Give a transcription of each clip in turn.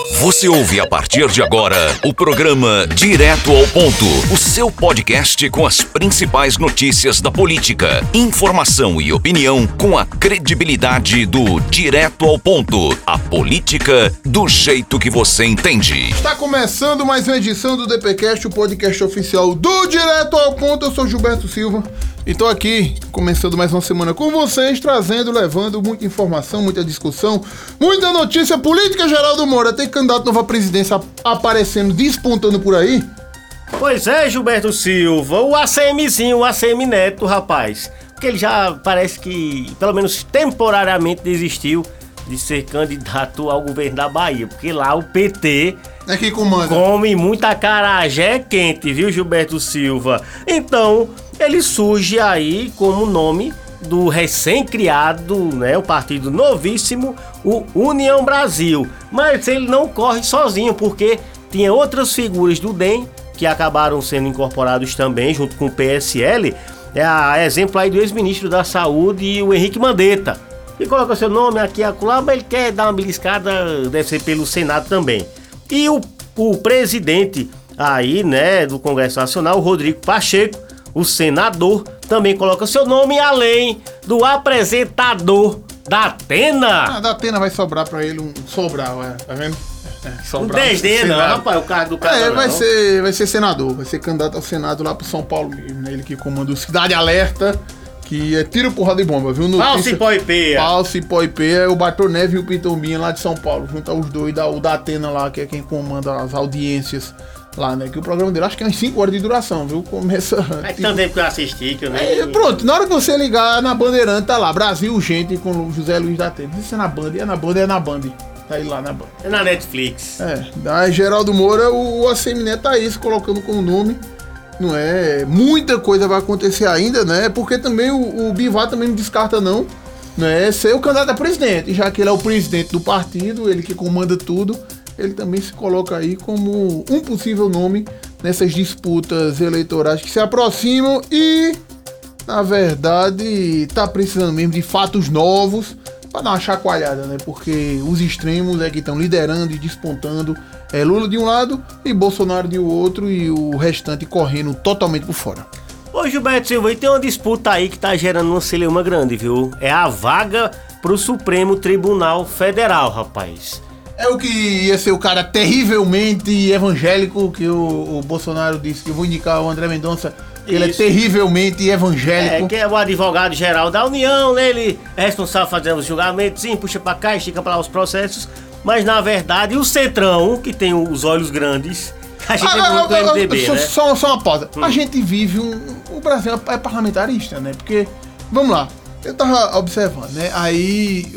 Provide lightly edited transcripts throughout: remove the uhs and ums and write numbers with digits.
Você ouve a partir de agora o programa Direto ao Ponto, o seu podcast com as principais notícias da política, informação e opinião com a credibilidade do Direto ao Ponto, a política do jeito que você entende. Está começando mais uma edição do DPcast, o podcast oficial do Direto ao Ponto. Eu sou Gilberto Silva e estou aqui começando mais uma semana com vocês, levando muita informação, muita discussão, muita notícia política. Geraldo Moura, tem candidato novo à presidência aparecendo, despontando por aí? Pois é, Gilberto Silva, o ACMzinho, o ACM Neto, rapaz. Porque ele já parece que, pelo menos temporariamente, desistiu de ser candidato ao governo da Bahia. Porque lá o PT é que comanda. Come muita acarajé quente, viu, Gilberto Silva? Então, ele surge aí como nome do recém-criado, né, o partido novíssimo, o União Brasil. Mas ele não corre sozinho, porque tinha outras figuras do DEM que acabaram sendo incorporados também, junto com o PSL. É a exemplo aí do ex-ministro da Saúde, o Henrique Mandetta. E coloca seu nome aqui e acolá, mas ele quer dar uma beliscada, deve ser pelo Senado também. E o presidente aí, né, do Congresso Nacional, o Rodrigo Pacheco, o senador, também coloca seu nome, além do apresentador da Atena. Da Atena vai sobrar pra ele um Sobral, tá vendo? Sobral. Um desdém não, rapaz, o cargo do cara vai ser senador, vai ser candidato ao Senado lá pro São Paulo mesmo, né? Ele que comanda o Cidade Alerta, que é tiro, porrada e bomba, viu? Falso e pó e peia. Falso e pó e peia é o Bator Neve e o Pitombinha lá de São Paulo, junto aos dois, o da Atena lá, que é quem comanda as audiências lá, né? Que o programa dele acho que é umas 5 horas de duração, viu? Começa. É tanto tempo que eu assisti que eu nem. Pronto, na hora que você ligar na Bandeirante, tá lá, Brasil Gente com o José Luiz da Atena. Isso é na Band, é na Band. Tá aí lá na Band. É na Netflix. Daí Geraldo Moura, o ACM Neto tá isso, colocando como nome. Não é? Muita coisa vai acontecer ainda, né? Porque também o Bivar também não descarta, não, né? Ser o candidato a presidente, já que ele é o presidente do partido, ele que comanda tudo. Ele também se coloca aí como um possível nome nessas disputas eleitorais que se aproximam e, na verdade, tá precisando mesmo de fatos novos para dar uma chacoalhada, né? Porque os extremos é que estão liderando e despontando. Lula de um lado e Bolsonaro de outro e o restante correndo totalmente por fora. Ô Gilberto Silva, e tem uma disputa aí que tá gerando uma celeuma grande, viu? É a vaga pro Supremo Tribunal Federal, rapaz. É o que ia ser o cara terrivelmente evangélico, que o Bolsonaro disse que eu vou indicar o André Mendonça. Ele é terrivelmente evangélico. Que é o advogado-geral da União, né? Ele é responsável por fazer os julgamentos, sim, puxa pra cá, estica pra lá os processos. Mas, na verdade, o Centrão, que tem os olhos grandes, a gente tem muito MDB, né? Só uma pausa. A gente vive o Brasil é parlamentarista, né? Porque, vamos lá, eu tava observando, né? Aí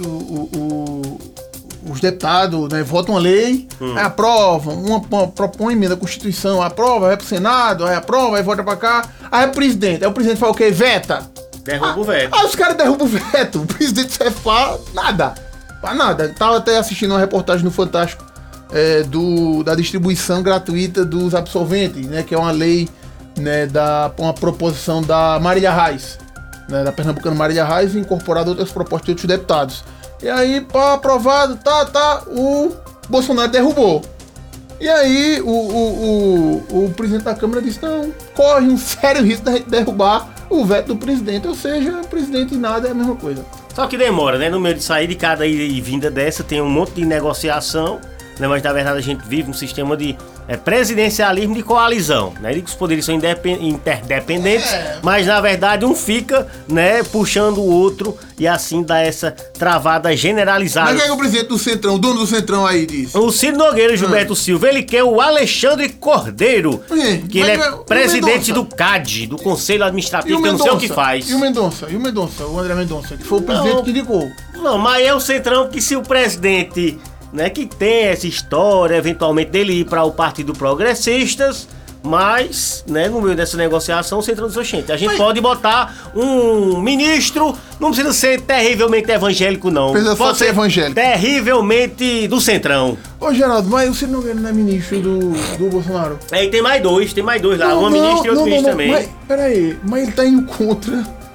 os deputados, né, votam a lei, aí aprovam, propõe emenda à Constituição, aprova, vai pro Senado, aí aprova, aí volta pra cá, aí o presidente fala o quê? Veta. Derruba o veto. Aí os caras derrubam o veto, o presidente serve pra nada. Tava até assistindo uma reportagem no Fantástico da distribuição gratuita dos absolventes, né, que é uma lei, né, uma proposição da Marília Reis, né, da pernambucana Marília Reis, incorporada outras propostas de outros deputados. E aí, aprovado, o Bolsonaro derrubou. E aí, o presidente da Câmara disse, não, corre um sério risco de derrubar o veto do presidente, ou seja, o presidente e nada é a mesma coisa. Só que demora, né? No meio de sair de cada ida e vinda dessa, tem um monte de negociação, né? Mas na verdade a gente vive um sistema de presidencialismo de coalizão, né? Os poderes são interdependentes, mas na verdade um fica, né, puxando o outro e assim dá essa travada generalizada. Mas quem é o presidente do Centrão, o dono do Centrão aí disse? O Ciro Nogueira, Gilberto Silva, ele quer o Alexandre Cordeiro, que ele é presidente do CAD, do Conselho Administrativo, que eu não sei o que faz. E o Mendonça, o André Mendonça, que foi o presidente que indicou. Não, mas é o Centrão que se o presidente, né, que tem essa história, eventualmente, dele ir para o Partido Progressistas, mas, né, no meio dessa negociação, o Centrão diz, gente, a gente pode botar um ministro, não precisa ser terrivelmente evangélico, não. Precisa pode ser evangélico. Terrivelmente do Centrão. Ô, Geraldo, mas o Ciro Nogueira não é ministro do Bolsonaro? E tem mais dois lá, uma ministra e outro ministro também. Mas, peraí, mas ele tá indo contra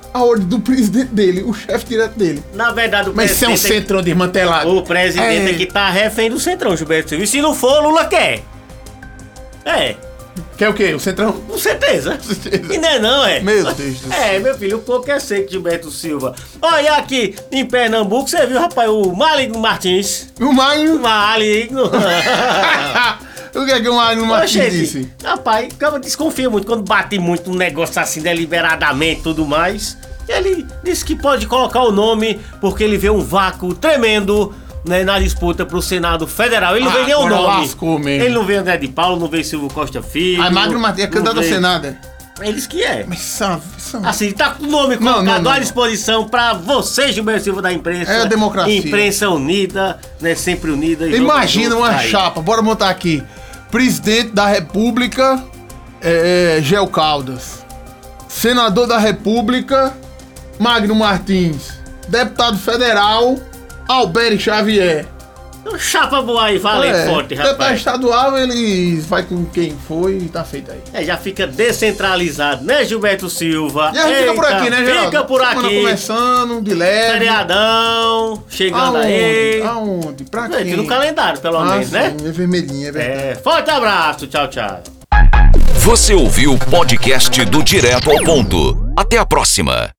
a ordem do presidente dele, o chefe direto dele. Na verdade, o Mas isso é um presidente centrão desmantelado. O presidente é que tá refém do Centrão, Gilberto Silva. E se não for, Lula quer. É, Quer o quê? O centrão? com certeza. E não é não, é? Meu Deus do céu. Meu filho, o coco é seco, Gilberto Silva. Olha aqui em Pernambuco, você viu, rapaz, o Maligno Martins. O Magno. Maligno. O que é que o Magno Martins Oxente, disse? rapaz, o cara desconfia muito quando bate muito um negócio assim deliberadamente e tudo mais. Ele disse que pode colocar o nome porque ele vê um vácuo tremendo, né, na disputa pro Senado Federal. Ele não vê nem o agora nome. lascou mesmo. Ele não vê André de Paulo, não vê Silvio Costa Filho. A Magno Martins é não candidato ao vê- Senado. Ele disse que é. Mas isso Assim, tá com o nome Não, colocado não. à disposição pra você, Gilberto Silva da imprensa. É a democracia. Imprensa unida, né? Sempre unida. jogo Imagina junto, uma tá aí. chapa, bora montar aqui. Presidente da República, Gel Caldas. Senador da República, Magno Martins. Deputado federal, Alberi Xavier. Chapa boa aí, valente, forte, Deputado rapaz. estadual, ele vai com quem foi e tá feito aí. Já fica descentralizado, né, Gilberto Silva? E a gente fica por Eita, aqui, né, Geraldo? Fica por Semana aqui. começando, de leve. Feriadão, chegando aí. Aonde? Pra É, quem? tem no calendário, pelo menos, né? Sim, é vermelhinho, é verdade. Forte abraço, tchau, tchau. Você ouviu o podcast do Direto ao Ponto. Até a próxima.